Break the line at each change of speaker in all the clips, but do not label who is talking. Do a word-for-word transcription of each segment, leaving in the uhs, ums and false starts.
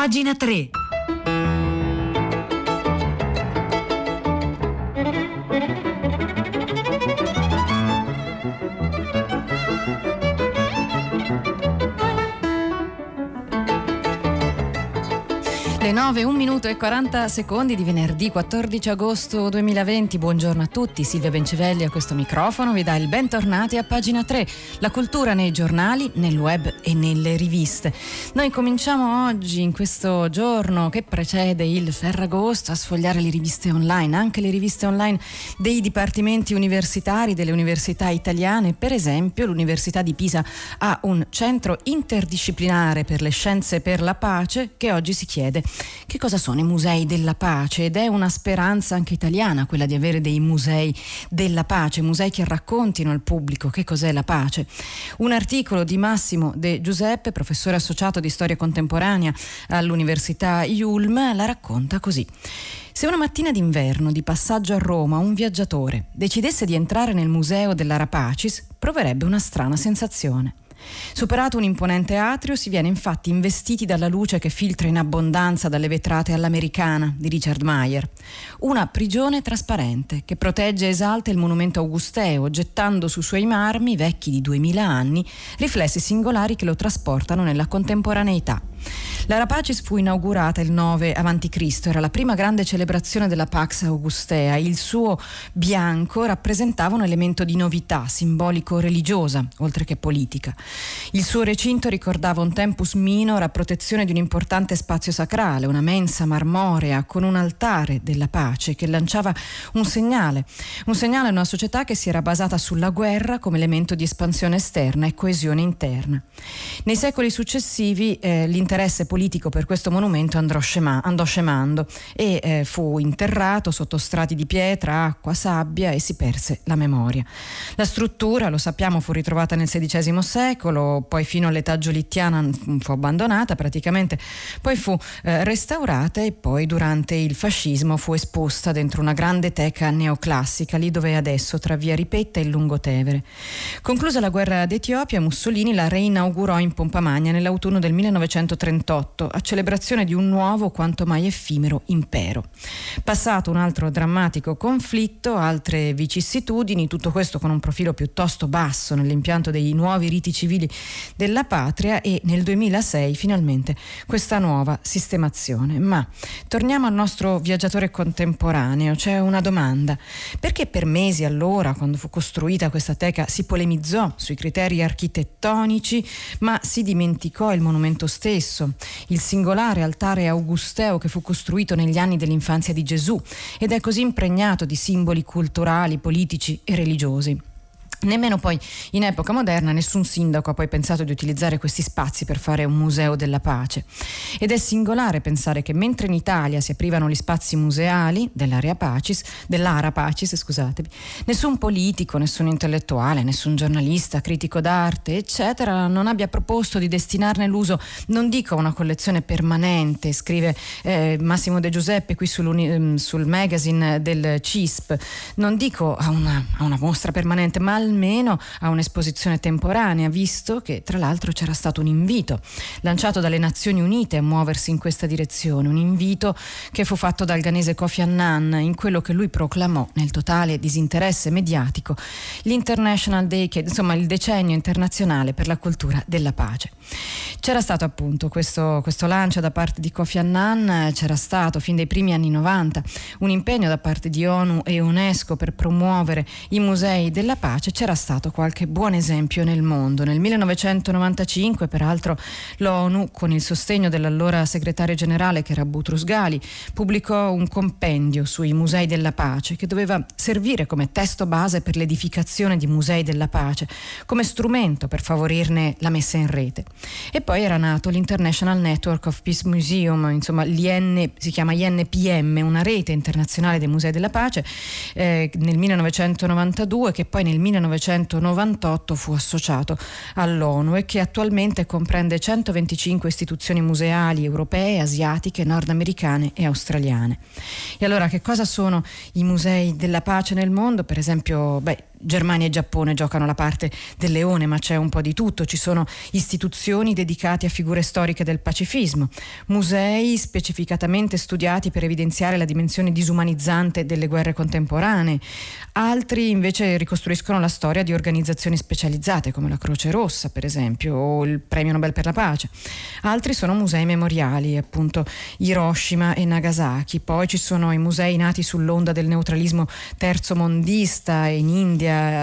Pagina tre. Le nove, un minuto e quaranta secondi di venerdì quattordici agosto duemilaventi. Buongiorno a tutti, Silvia Bencevelli a questo microfono vi dà il bentornati a Pagina tre, la cultura nei giornali, nel web e nelle riviste. Noi cominciamo oggi, in questo giorno che precede il Ferragosto, a sfogliare le riviste online, anche le riviste online dei dipartimenti universitari, delle università italiane. Per esempio, l'Università di Pisa ha un centro interdisciplinare per le scienze per la pace che oggi si chiede che cosa sono i musei della pace, ed è una speranza anche italiana quella di avere dei musei della pace, musei che raccontino al pubblico che cos'è la pace. Un articolo di Massimo De Giuseppe, professore associato di storia contemporanea all'Università Yulm, la racconta così. Se una mattina d'inverno di passaggio a Roma un viaggiatore decidesse di entrare nel museo della Rapacis, proverebbe una strana sensazione. Superato un imponente atrio, si viene infatti investiti dalla luce che filtra in abbondanza dalle vetrate all'americana di Richard Meier. Una prigione trasparente che protegge e esalta il monumento augusteo, gettando sui suoi marmi, vecchi di duemila anni, riflessi singolari che lo trasportano nella contemporaneità. La Rapacis fu inaugurata il nove avanti Cristo, era la prima grande celebrazione della Pax Augustea. Il suo bianco rappresentava un elemento di novità, simbolico-religiosa, oltre che politica. Il suo recinto ricordava un tempus minor a protezione di un importante spazio sacrale, una mensa marmorea con un altare della pace che lanciava un segnale, un segnale a una società che si era basata sulla guerra come elemento di espansione esterna e coesione interna. Nei secoli successivi eh, l'interesse politico per questo monumento andò, scema, andò scemando e eh, fu interrato sotto strati di pietra, acqua, sabbia e si perse la memoria. La struttura, lo sappiamo, fu ritrovata nel sedicesimo secolo, poi fino all'età giolittiana fu abbandonata praticamente, poi fu eh, restaurata e poi durante il fascismo fu esposta dentro una grande teca neoclassica, lì dove è adesso, tra via Ripetta e il Lungotevere. Conclusa la guerra d'Etiopia, Mussolini la reinaugurò in pompa magna nell'autunno del millenovecentotrentotto, a celebrazione di un nuovo quanto mai effimero impero. Passato un altro drammatico conflitto, altre vicissitudini, tutto questo con un profilo piuttosto basso nell'impianto dei nuovi riti civili della patria, e nel duemilasei finalmente questa nuova sistemazione. Ma torniamo al nostro viaggiatore contemporaneo. C'è una domanda: perché per mesi allora, quando fu costruita questa teca, si polemizzò sui criteri architettonici ma si dimenticò il monumento stesso, il singolare altare augusteo che fu costruito negli anni dell'infanzia di Gesù ed è così impregnato di simboli culturali, politici e religiosi? Nemmeno poi in epoca moderna nessun sindaco ha poi pensato di utilizzare questi spazi per fare un museo della pace. Ed è singolare pensare che mentre in Italia si aprivano gli spazi museali dell'area Pacis, dell'Ara Pacis, scusatemi, nessun politico, nessun intellettuale, nessun giornalista, critico d'arte, eccetera, non abbia proposto di destinarne l'uso, non dico a una collezione permanente, scrive eh, Massimo De Giuseppe qui sul magazine del C I S P, non dico a una, a una mostra permanente, ma almeno a un'esposizione temporanea, visto che tra l'altro c'era stato un invito lanciato dalle Nazioni Unite a muoversi in questa direzione, un invito che fu fatto dal ghanese Kofi Annan in quello che lui proclamò nel totale disinteresse mediatico l'International Decade, insomma il decennio internazionale per la cultura della pace. C'era stato appunto questo, questo lancio da parte di Kofi Annan, c'era stato fin dai primi anni novanta un impegno da parte di ONU e UNESCO per promuovere i musei della pace. C'era stato qualche buon esempio nel mondo. Nel millenovecentonovantacinque, peraltro, l'ONU, con il sostegno dell'allora segretario generale che era Boutros Ghali, pubblicò un compendio sui musei della pace che doveva servire come testo base per l'edificazione di musei della pace, come strumento per favorirne la messa in rete. E poi era nato l'International Network of Peace Museum, insomma l'I N, si chiama I N P M, una rete internazionale dei musei della pace, eh, nel millenovecentonovantadue, che poi nel millenovecentonovantotto fu associato all'ONU e che attualmente comprende centoventicinque istituzioni museali europee, asiatiche, nordamericane e australiane. E allora che cosa sono i musei della pace nel mondo? Per esempio, beh, Germania e Giappone giocano la parte del leone, ma c'è un po' di tutto. Ci sono istituzioni dedicate a figure storiche del pacifismo, musei specificatamente studiati per evidenziare la dimensione disumanizzante delle guerre contemporanee, altri invece ricostruiscono la storia di organizzazioni specializzate come la Croce Rossa, per esempio, o il Premio Nobel per la pace. Altri sono musei memoriali, appunto Hiroshima e Nagasaki. Poi ci sono i musei nati sull'onda del neutralismo terzomondista in India,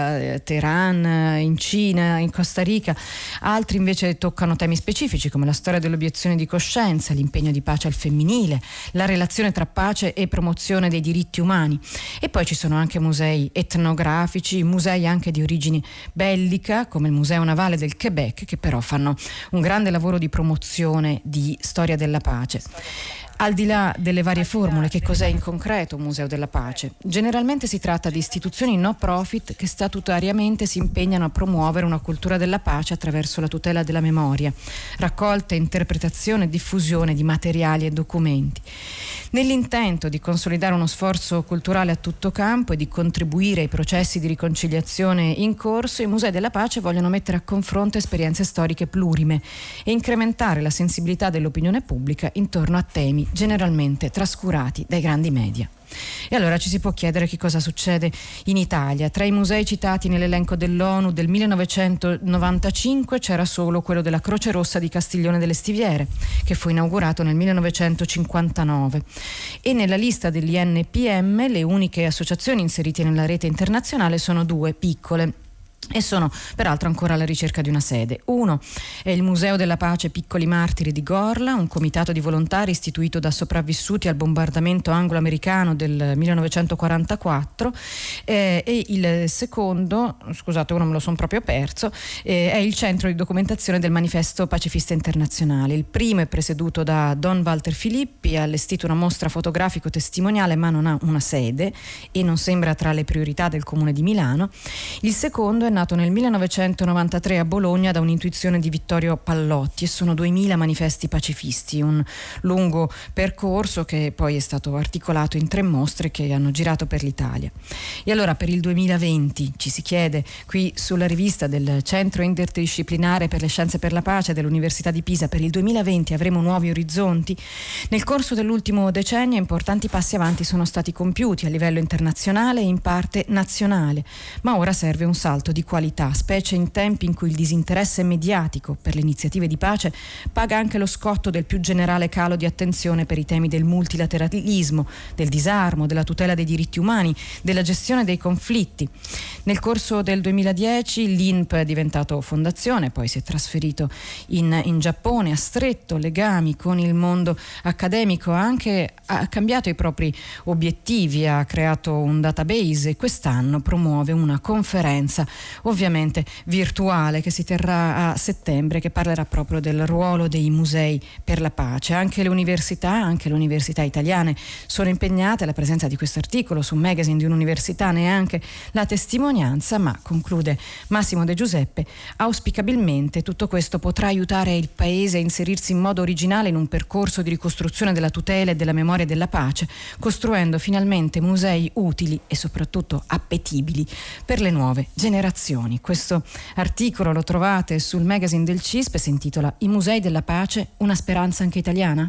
Teheran, in Cina, in Costa Rica. Altri invece toccano temi specifici come la storia dell'obiezione di coscienza, l'impegno di pace al femminile, la relazione tra pace e promozione dei diritti umani. E poi ci sono anche musei etnografici, musei anche di origine bellica come il Museo Navale del Quebec, che però fanno un grande lavoro di promozione di storia della pace. Al di là delle varie formule, che cos'è in concreto un museo della pace? Generalmente si tratta di istituzioni no profit che statutariamente si impegnano a promuovere una cultura della pace attraverso la tutela della memoria, raccolta, interpretazione e diffusione di materiali e documenti. Nell'intento di consolidare uno sforzo culturale a tutto campo e di contribuire ai processi di riconciliazione in corso, i musei della pace vogliono mettere a confronto esperienze storiche plurime e incrementare la sensibilità dell'opinione pubblica intorno a temi generalmente trascurati dai grandi media. E allora ci si può chiedere che cosa succede in Italia. Tra i musei citati nell'elenco dell'ONU del millenovecentonovantacinque c'era solo quello della Croce Rossa di Castiglione delle Stiviere, che fu inaugurato nel millenovecentocinquantanove, e nella lista dell'I N P M le uniche associazioni inserite nella rete internazionale sono due piccole e sono peraltro ancora alla ricerca di una sede. Uno è il Museo della Pace Piccoli Martiri di Gorla, un comitato di volontari istituito da sopravvissuti al bombardamento anglo-americano del millenovecentoquarantaquattro, eh, e il secondo, scusate, uno me lo sono proprio perso, eh, è il Centro di Documentazione del Manifesto Pacifista Internazionale. Il primo è presieduto da Don Walter Filippi, ha allestito una mostra fotografico-testimoniale ma non ha una sede e non sembra tra le priorità del Comune di Milano. Il secondo è nato nel millenovecentonovantatré a Bologna da un'intuizione di Vittorio Pallotti e sono duemila manifesti pacifisti, un lungo percorso che poi è stato articolato in tre mostre che hanno girato per l'Italia. E allora per il duemilaventi ci si chiede qui sulla rivista del Centro Interdisciplinare per le Scienze per la Pace dell'Università di Pisa: per il duemilaventi avremo nuovi orizzonti? Nel corso dell'ultimo decennio importanti passi avanti sono stati compiuti a livello internazionale e in parte nazionale, ma ora serve un salto di qualità, specie in tempi in cui il disinteresse mediatico per le iniziative di pace paga anche lo scotto del più generale calo di attenzione per i temi del multilateralismo, del disarmo, della tutela dei diritti umani, della gestione dei conflitti. Nel corso del duemiladieci l'I N P è diventato fondazione, poi si è trasferito in, in Giappone, ha stretto legami con il mondo accademico, ha anche ha cambiato i propri obiettivi, ha creato un database e quest'anno promuove una conferenza ovviamente virtuale che si terrà a settembre, che parlerà proprio del ruolo dei musei per la pace. Anche le università, anche le università italiane sono impegnate. La presenza di questo articolo su un magazine di un'università ne è anche la testimonianza, ma, conclude Massimo De Giuseppe, auspicabilmente tutto questo potrà aiutare il Paese a inserirsi in modo originale in un percorso di ricostruzione della tutela e della memoria della pace, costruendo finalmente musei utili e soprattutto appetibili per le nuove generazioni. Questo articolo lo trovate sul magazine del CISP e si intitola I musei della pace, una speranza anche italiana?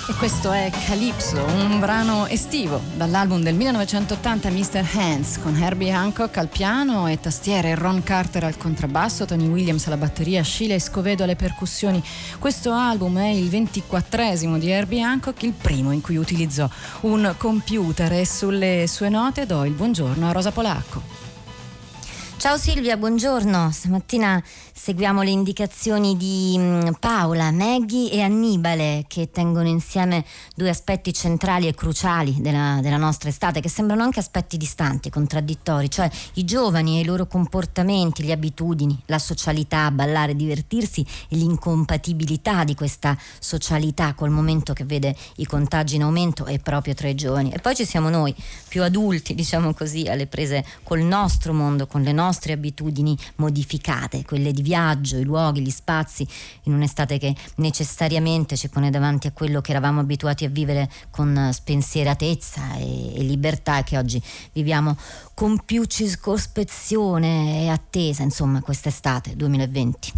E questo è Calypso, un brano estivo dall'album del millenovecentottanta mister Hands, con Herbie Hancock al piano e tastiere, Ron Carter al contrabbasso, Tony Williams alla batteria, Sheila Escovedo alle percussioni. Questo album è il ventiquattresimo di Herbie Hancock, il primo in cui utilizzò un computer, e sulle sue note do il buongiorno a Rosa Polacco.
Ciao Silvia, buongiorno. Stamattina seguiamo le indicazioni di Paola, Maggie e Annibale, che tengono insieme due aspetti centrali e cruciali della, della nostra estate, che sembrano anche aspetti distanti, contraddittori, cioè i giovani e i loro comportamenti, le abitudini, la socialità, ballare, divertirsi e l'incompatibilità di questa socialità col momento che vede i contagi in aumento è proprio tra i giovani. E poi ci siamo noi, più adulti, diciamo così, alle prese col nostro mondo, con le nostre abitudini modificate, quelle di viaggio, i luoghi, gli spazi, in un'estate che necessariamente ci pone davanti a quello che eravamo abituati a vivere con spensieratezza e, e libertà, e che oggi viviamo con più circospezione e attesa, insomma, quest'estate duemilaventi.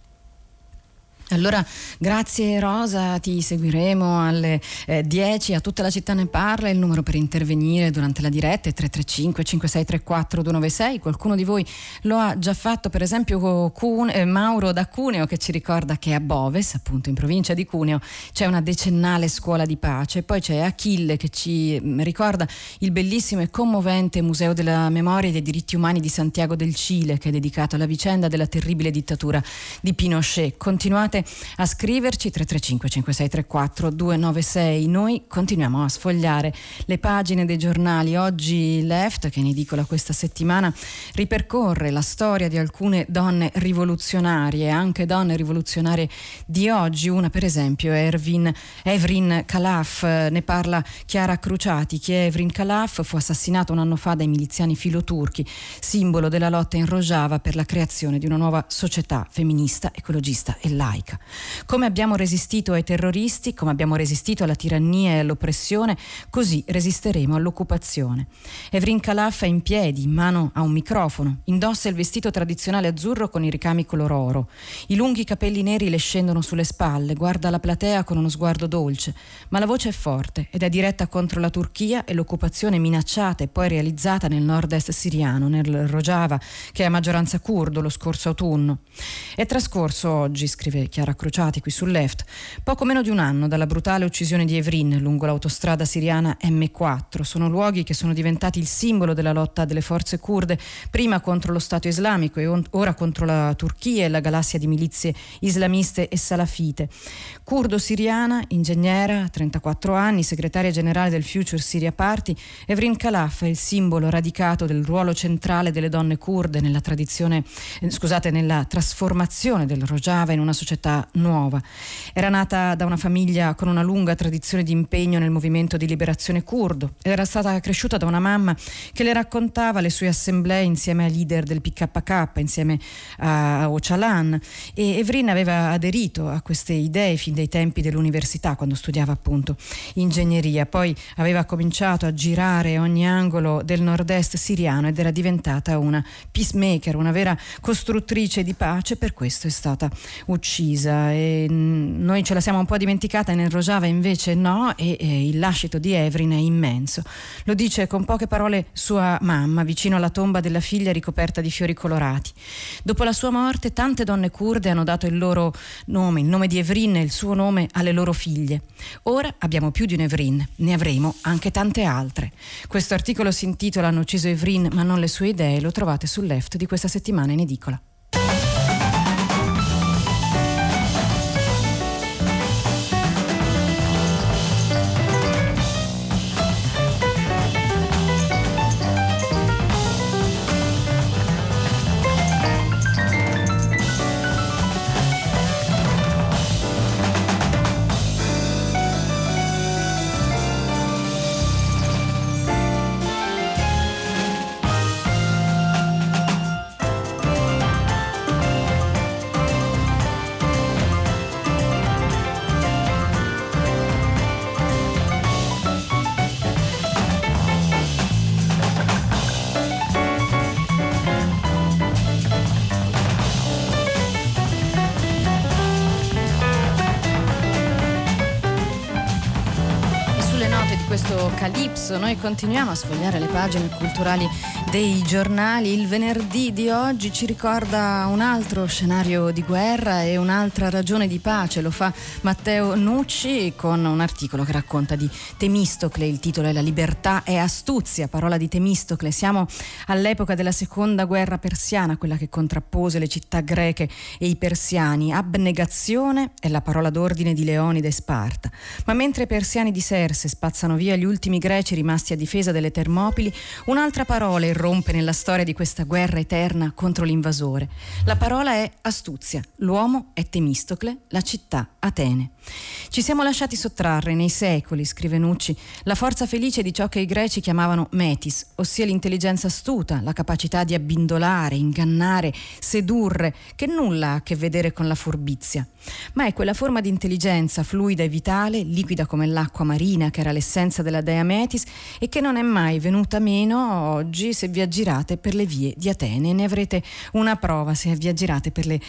Allora, grazie Rosa, ti seguiremo alle eh, dieci, a Tutta la città ne parla. Il numero per intervenire durante la diretta è tre tre cinque cinque sei tre quattro due nove sei. Qualcuno di voi lo ha già fatto, per esempio Cune, eh, Mauro da Cuneo, che ci ricorda che a Boves, appunto in provincia di Cuneo, c'è una decennale scuola di pace. Poi c'è Achille che ci ricorda il bellissimo e commovente Museo della Memoria e dei Diritti Umani di Santiago del Cile, che è dedicato alla vicenda della terribile dittatura di Pinochet. Continuate a scriverci tre tre cinque cinque sei tre quattro due nove sei. Noi continuiamo a sfogliare le pagine dei giornali. Oggi Left, che è in edicola questa settimana, ripercorre la storia di alcune donne rivoluzionarie, anche donne rivoluzionarie di oggi. Una per esempio è Ervin, Evrin Khalaf, ne parla Chiara Cruciati. Chi è Evrin Khalaf? Fu assassinato un anno fa dai miliziani filoturchi, simbolo della lotta in Rojava per la creazione di una nuova società femminista, ecologista e laica. Come abbiamo resistito ai terroristi, come abbiamo resistito alla tirannia e all'oppressione, così resisteremo all'occupazione. Evrin Khalaf è in piedi, in mano a un microfono, indossa il vestito tradizionale azzurro con i ricami color oro. I lunghi capelli neri le scendono sulle spalle, guarda la platea con uno sguardo dolce, ma la voce è forte ed è diretta contro la Turchia e l'occupazione minacciata e poi realizzata nel nord-est siriano, nel Rojava, che è a maggioranza curdo, lo scorso autunno. È trascorso oggi, scrive Chiara Cruciati qui sul Left, poco meno di un anno dalla brutale uccisione di Evrin lungo l'autostrada siriana emme quattro. Sono luoghi che sono diventati il simbolo della lotta delle forze curde, prima contro lo Stato islamico e on- ora contro la Turchia e la galassia di milizie islamiste e salafite. Curdo-siriana, ingegnera, trentaquattro anni, segretaria generale del Future Syria Party, Evrin Khalaf è il simbolo radicato del ruolo centrale delle donne curde nella tradizione, eh, scusate, nella trasformazione del Rojava in una società nuova. Era nata da una famiglia con una lunga tradizione di impegno nel movimento di liberazione curdo. Era stata cresciuta da una mamma che le raccontava le sue assemblee insieme ai leader del P K K, insieme a Öcalan, e Evrin aveva aderito a queste idee fin dai tempi dell'università, quando studiava appunto ingegneria. Poi aveva cominciato a girare ogni angolo del nord-est siriano ed era diventata una peacemaker, una vera costruttrice di pace. Per questo è stata uccisa, e noi ce la siamo un po' dimenticata, nel Rojava invece no, e, e il lascito di Evrin è immenso. Lo dice con poche parole sua mamma, vicino alla tomba della figlia ricoperta di fiori colorati. Dopo la sua morte tante donne curde hanno dato il loro nome, il nome di Evrin e il suo nome alle loro figlie. Ora abbiamo più di un Evrin, ne avremo anche tante altre. Questo articolo si intitola "Hanno ucciso Evrin ma non le sue idee", lo trovate sul Left di questa settimana in edicola. Questo Calypso. Noi continuiamo a sfogliare le pagine culturali dei giornali. Il venerdì di oggi ci ricorda un altro scenario di guerra e un'altra ragione di pace. Lo fa Matteo Nucci con un articolo che racconta di Temistocle. Il titolo è La libertà è astuzia, parola di Temistocle. Siamo all'epoca della seconda guerra persiana, quella che contrappose le città greche e i persiani. Abnegazione è la parola d'ordine di Leonide e Sparta. Ma mentre i persiani di Serse spazzano via gli ultimi greci rimasti a difesa delle Termopili, un'altra parola irrompe nella storia di questa guerra eterna contro l'invasore. La parola è astuzia. L'uomo è Temistocle, la città Atene. Ci siamo lasciati sottrarre nei secoli, scrive Nucci, la forza felice di ciò che i greci chiamavano metis, ossia l'intelligenza astuta, la capacità di abbindolare, ingannare, sedurre, che nulla ha a che vedere con la furbizia. Ma è quella forma di intelligenza fluida e vitale, liquida come l'acqua marina, che era l'essenza della dea Metis e che non è mai venuta meno oggi se vi aggirate per le vie di Atene. Ne avrete una prova se vi aggirate per le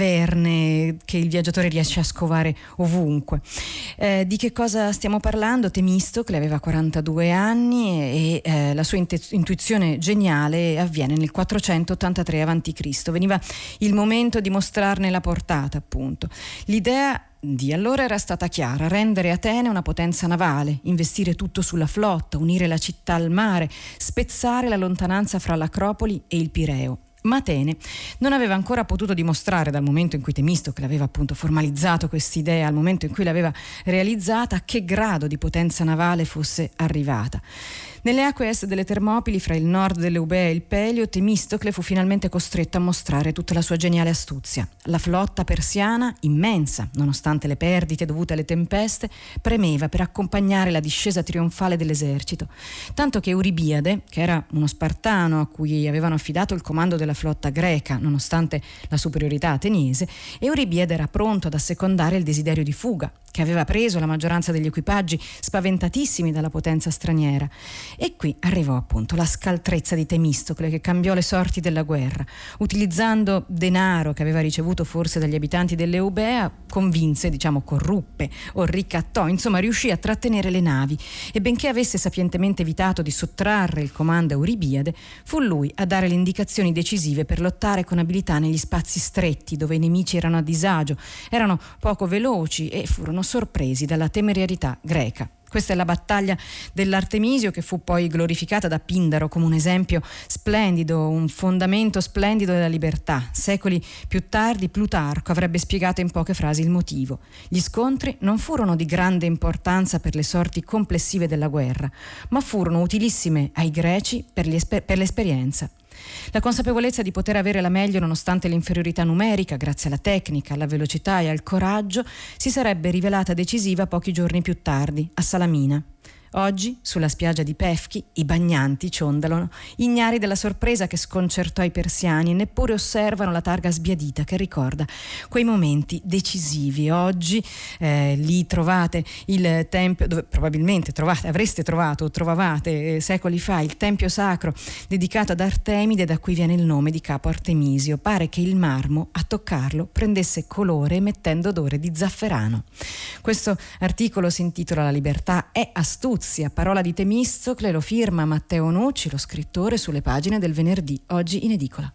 taverne che il viaggiatore riesce a scovare ovunque. Eh, di che cosa stiamo parlando? Temistocle aveva quarantadue anni e eh, la sua int- intuizione geniale avviene nel quattrocentottantatré avanti Cristo Veniva il momento di mostrarne la portata, appunto. L'idea di allora era stata chiara: rendere Atene una potenza navale, investire tutto sulla flotta, unire la città al mare, spezzare la lontananza fra l'Acropoli e il Pireo. Ma Atene non aveva ancora potuto dimostrare, dal momento in cui Temistocle aveva appunto formalizzato quest'idea, al momento in cui l'aveva realizzata, a che grado di potenza navale fosse arrivata. Nelle acque est delle Termopili, fra il nord dell'Eubea e il Pelio, Temistocle fu finalmente costretto a mostrare tutta la sua geniale astuzia. La flotta persiana, immensa, nonostante le perdite dovute alle tempeste, premeva per accompagnare la discesa trionfale dell'esercito. Tanto che Euribiade, che era uno spartano a cui avevano affidato il comando della flotta greca, nonostante la superiorità ateniese, Euribiade era pronto ad assecondare il desiderio di fuga, che aveva preso la maggioranza degli equipaggi spaventatissimi dalla potenza straniera. E qui arrivò appunto la scaltrezza di Temistocle, che cambiò le sorti della guerra. Utilizzando denaro che aveva ricevuto forse dagli abitanti dell'Eubea, convinse, diciamo corruppe o ricattò, insomma riuscì a trattenere le navi, e benché avesse sapientemente evitato di sottrarre il comando a Euribiade, fu lui a dare le indicazioni decisive per lottare con abilità negli spazi stretti dove i nemici erano a disagio, erano poco veloci e furono sorpresi dalla temerarietà greca. Questa è la battaglia dell'Artemisio, che fu poi glorificata da Pindaro come un esempio splendido, un fondamento splendido della libertà. Secoli più tardi Plutarco avrebbe spiegato in poche frasi il motivo. Gli scontri non furono di grande importanza per le sorti complessive della guerra, ma furono utilissime ai greci per, per l'esperienza. La consapevolezza di poter avere la meglio nonostante l'inferiorità numerica, grazie alla tecnica, alla velocità e al coraggio, si sarebbe rivelata decisiva pochi giorni più tardi, a Salamina. Oggi, sulla spiaggia di Pefchi, i bagnanti ciondolano, ignari della sorpresa che sconcertò i persiani, e neppure osservano la targa sbiadita che ricorda quei momenti decisivi. Oggi eh, lì trovate il tempio, dove probabilmente trovate, avreste trovato o trovavate eh, secoli fa il tempio sacro dedicato ad Artemide, da cui viene il nome di Capo Artemisio. Pare che il marmo a toccarlo prendesse colore emettendo odore di zafferano. Questo articolo si intitola La libertà è astuzia, parola di Temistocle, lo firma Matteo Nucci, lo scrittore, sulle pagine del venerdì, oggi in edicola.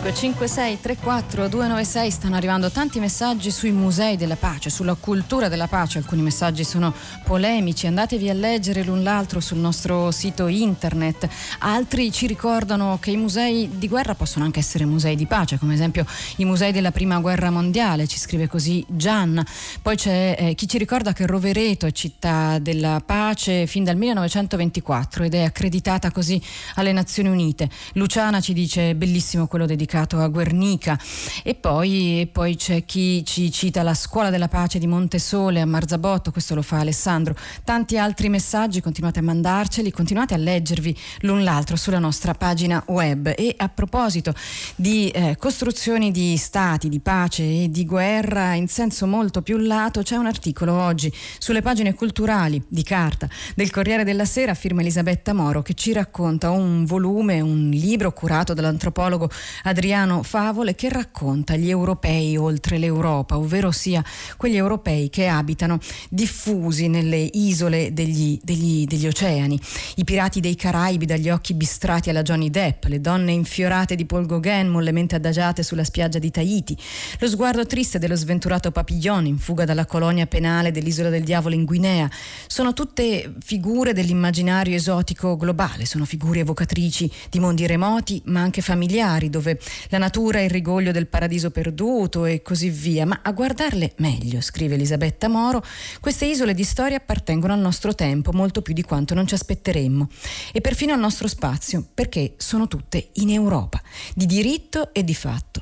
cinque cinque sei tre quattro due nove sei. Stanno arrivando tanti messaggi sui musei della pace, sulla cultura della pace. Alcuni messaggi sono polemici, andatevi a leggere l'un l'altro sul nostro sito internet. Altri ci ricordano che i musei di guerra possono anche essere musei di pace, come esempio i musei della prima guerra mondiale, ci scrive così Gian. Poi c'è eh, chi ci ricorda che Rovereto è città della pace fin dal millenovecentoventiquattro ed è accreditata così alle Nazioni Unite. Luciana ci dice bellissimo quello dedicato a Guernica. E poi, e poi c'è chi ci cita la scuola della pace di Montesole a Marzabotto, questo lo fa Alessandro. Tanti altri messaggi, continuate a mandarceli, continuate a leggervi l'un l'altro sulla nostra pagina web. E a proposito di eh, costruzioni di stati, di pace e di guerra in senso molto più lato, c'è un articolo oggi sulle pagine culturali di carta del Corriere della Sera, firma Elisabetta Moro, che ci racconta un volume, un libro curato dall'antropologo Adriano Favole, che racconta gli europei oltre l'Europa, ovvero sia quegli europei che abitano diffusi nelle isole degli, degli, degli oceani, i pirati dei Caraibi dagli occhi bistrati alla Johnny Depp, le donne infiorate di Paul Gauguin mollemente adagiate sulla spiaggia di Tahiti, lo sguardo triste dello sventurato Papillon in fuga dalla colonia penale dell'Isola del Diavolo in Guinea. Sono tutte figure dell'immaginario esotico globale, sono figure evocatrici di mondi remoti ma anche familiari, dove la natura è il rigoglio del paradiso perduto e così via. Ma a guardarle meglio, scrive Elisabetta Moro, queste isole di storia appartengono al nostro tempo molto più di quanto non ci aspetteremmo e perfino al nostro spazio, perché sono tutte in Europa, di diritto e di fatto.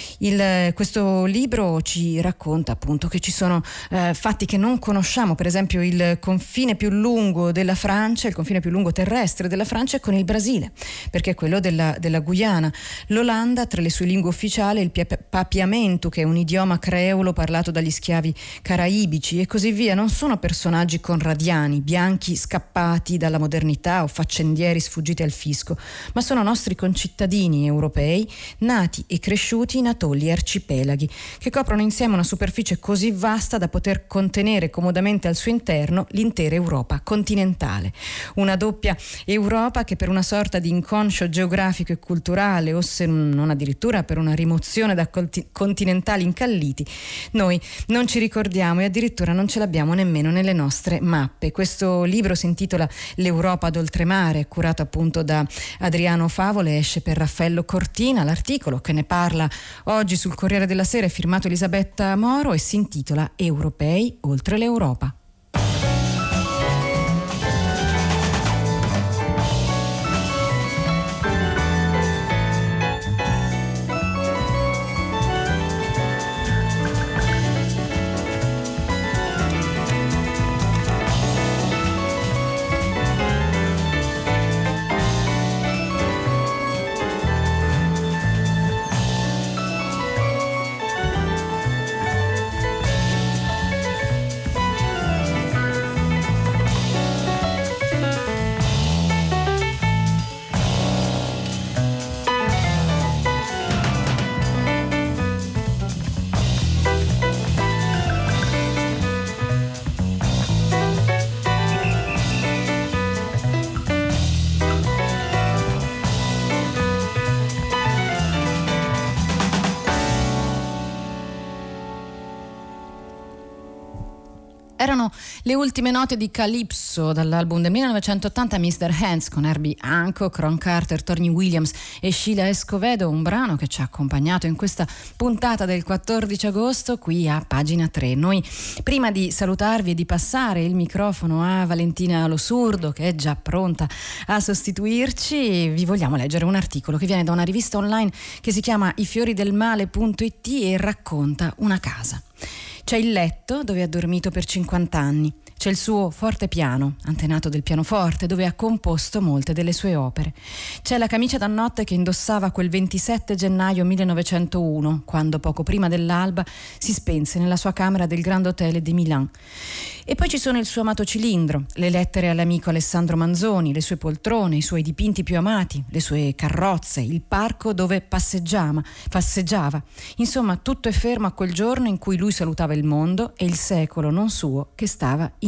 Il, questo libro ci racconta appunto che ci sono eh, fatti che non conosciamo, per esempio il confine più lungo della Francia, il confine più lungo terrestre della Francia è con il Brasile, perché è quello della, della Guyana. L'Olanda, tra le sue lingue ufficiali, il papiamento, che è un idioma creolo parlato dagli schiavi caraibici e così via. Non sono personaggi conradiani, bianchi scappati dalla modernità o faccendieri sfuggiti al fisco, ma sono nostri concittadini europei nati e cresciuti in atolli e arcipelaghi che coprono insieme una superficie così vasta da poter contenere comodamente al suo interno l'intera Europa continentale. Una doppia Europa che, per una sorta di inconscio geografico e culturale, o se non addirittura per una rimozione da continentali incalliti, noi non ci ricordiamo e addirittura non ce l'abbiamo nemmeno nelle nostre mappe. Questo libro si intitola L'Europa d'oltremare, curato appunto da Adriano Favole, esce per Raffaello Cortina. L'articolo che ne parla oggi sul Corriere della Sera è firmato Elisabetta Moro e si intitola Europei oltre l'Europa. Erano le ultime note di Calypso dall'album del millenovecentottanta mister Hands, con Herbie Hancock, Ron Carter, Tony Williams e Sheila Escovedo, un brano che ci ha accompagnato in questa puntata del quattordici agosto qui a pagina tre. Noi, prima di salutarvi e di passare il microfono a Valentina Lo Surdo, che è già pronta a sostituirci, vi vogliamo leggere un articolo che viene da una rivista online che si chiama i fiori del male punto it e racconta una casa. C'è il letto dove ha dormito per cinquanta anni, c'è il suo fortepiano, antenato del pianoforte, dove ha composto molte delle sue opere. C'è la camicia da notte che indossava quel ventisette gennaio millenovecentouno, quando poco prima dell'alba si spense nella sua camera del Grand Hotel di Milan. E poi ci sono il suo amato cilindro, le lettere all'amico Alessandro Manzoni, le sue poltrone, i suoi dipinti più amati, le sue carrozze, il parco dove passeggiava, passeggiava. Insomma, tutto è fermo a quel giorno in cui lui salutava il mondo e il secolo non suo che stava iniziando.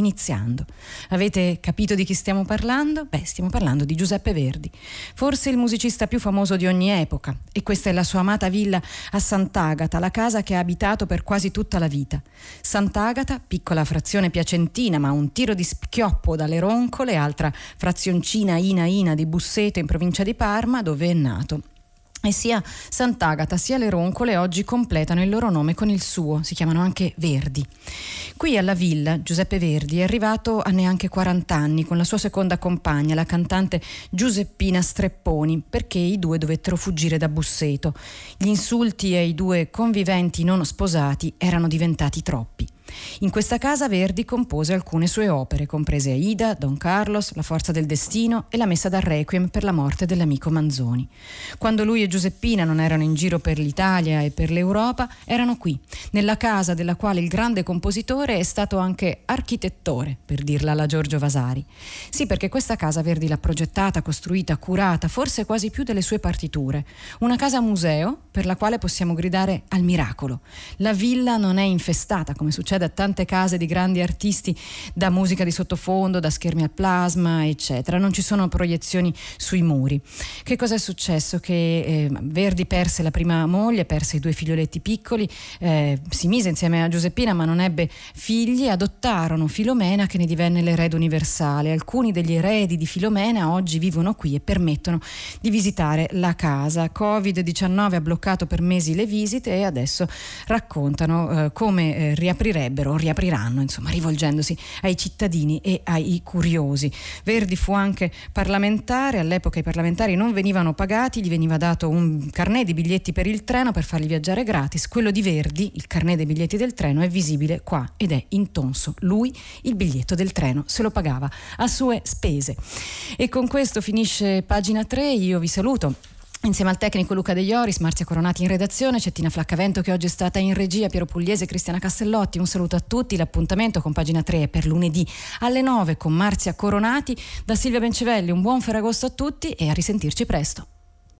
iniziando. Avete capito di chi stiamo parlando? Beh, stiamo parlando di Giuseppe Verdi, forse il musicista più famoso di ogni epoca, e questa è la sua amata villa a Sant'Agata, la casa che ha abitato per quasi tutta la vita. Sant'Agata, piccola frazione piacentina ma un tiro di schioppo dalle Roncole, altra frazioncina ina ina di Busseto in provincia di Parma, dove è nato. E sia Sant'Agata sia le Roncole oggi completano il loro nome con il suo, si chiamano anche Verdi. Qui alla villa Giuseppe Verdi è arrivato a neanche quaranta anni con la sua seconda compagna, la cantante Giuseppina Strepponi, perché i due dovettero fuggire da Busseto. Gli insulti ai due conviventi non sposati erano diventati troppi. In questa casa Verdi compose alcune sue opere, comprese Aida, Don Carlos, La forza del destino e la messa dal Requiem per la morte dell'amico Manzoni. Quando lui e Giuseppina non erano in giro per l'Italia e per l'Europa, erano qui, nella casa della quale il grande compositore è stato anche architettore, per dirla alla Giorgio Vasari. Sì, perché questa casa Verdi l'ha progettata, costruita, curata, forse quasi più delle sue partiture. Una casa museo per la quale possiamo gridare al miracolo. La villa non è infestata, come succede a tante case di grandi artisti, da musica di sottofondo, da schermi al plasma, eccetera. Non ci sono proiezioni sui muri. Che cosa è successo? Che eh, Verdi perse la prima moglie, perse i due figlioletti piccoli, eh, si mise insieme a Giuseppina ma non ebbe figli, adottarono Filomena che ne divenne l'erede universale. Alcuni degli eredi di Filomena oggi vivono qui e permettono di visitare la casa. covid diciannove ha bloccato per mesi le visite e adesso raccontano eh, come eh, riaprirebbero o riapriranno, insomma, rivolgendosi ai cittadini e ai curiosi. Verdi fu anche parlamentare, all'epoca i parlamentari non venivano pagati, gli veniva dato un carnet di biglietti per il treno per farli viaggiare gratis. Quello di Verdi, il carnet dei biglietti del treno, è visibile qua ed è intonso. Lui il biglietto del treno se lo pagava a sue spese. E con questo finisce pagina tre, io vi saluto. Insieme al tecnico Luca De Ioris, Marzia Coronati in redazione, Cettina Flaccavento che oggi è stata in regia, Piero Pugliese e Cristiana Castellotti. Un saluto a tutti, l'appuntamento con pagina tre è per lunedì alle nove con Marzia Coronati. Da Silvia Bencivelli un buon Ferragosto a tutti e a risentirci presto.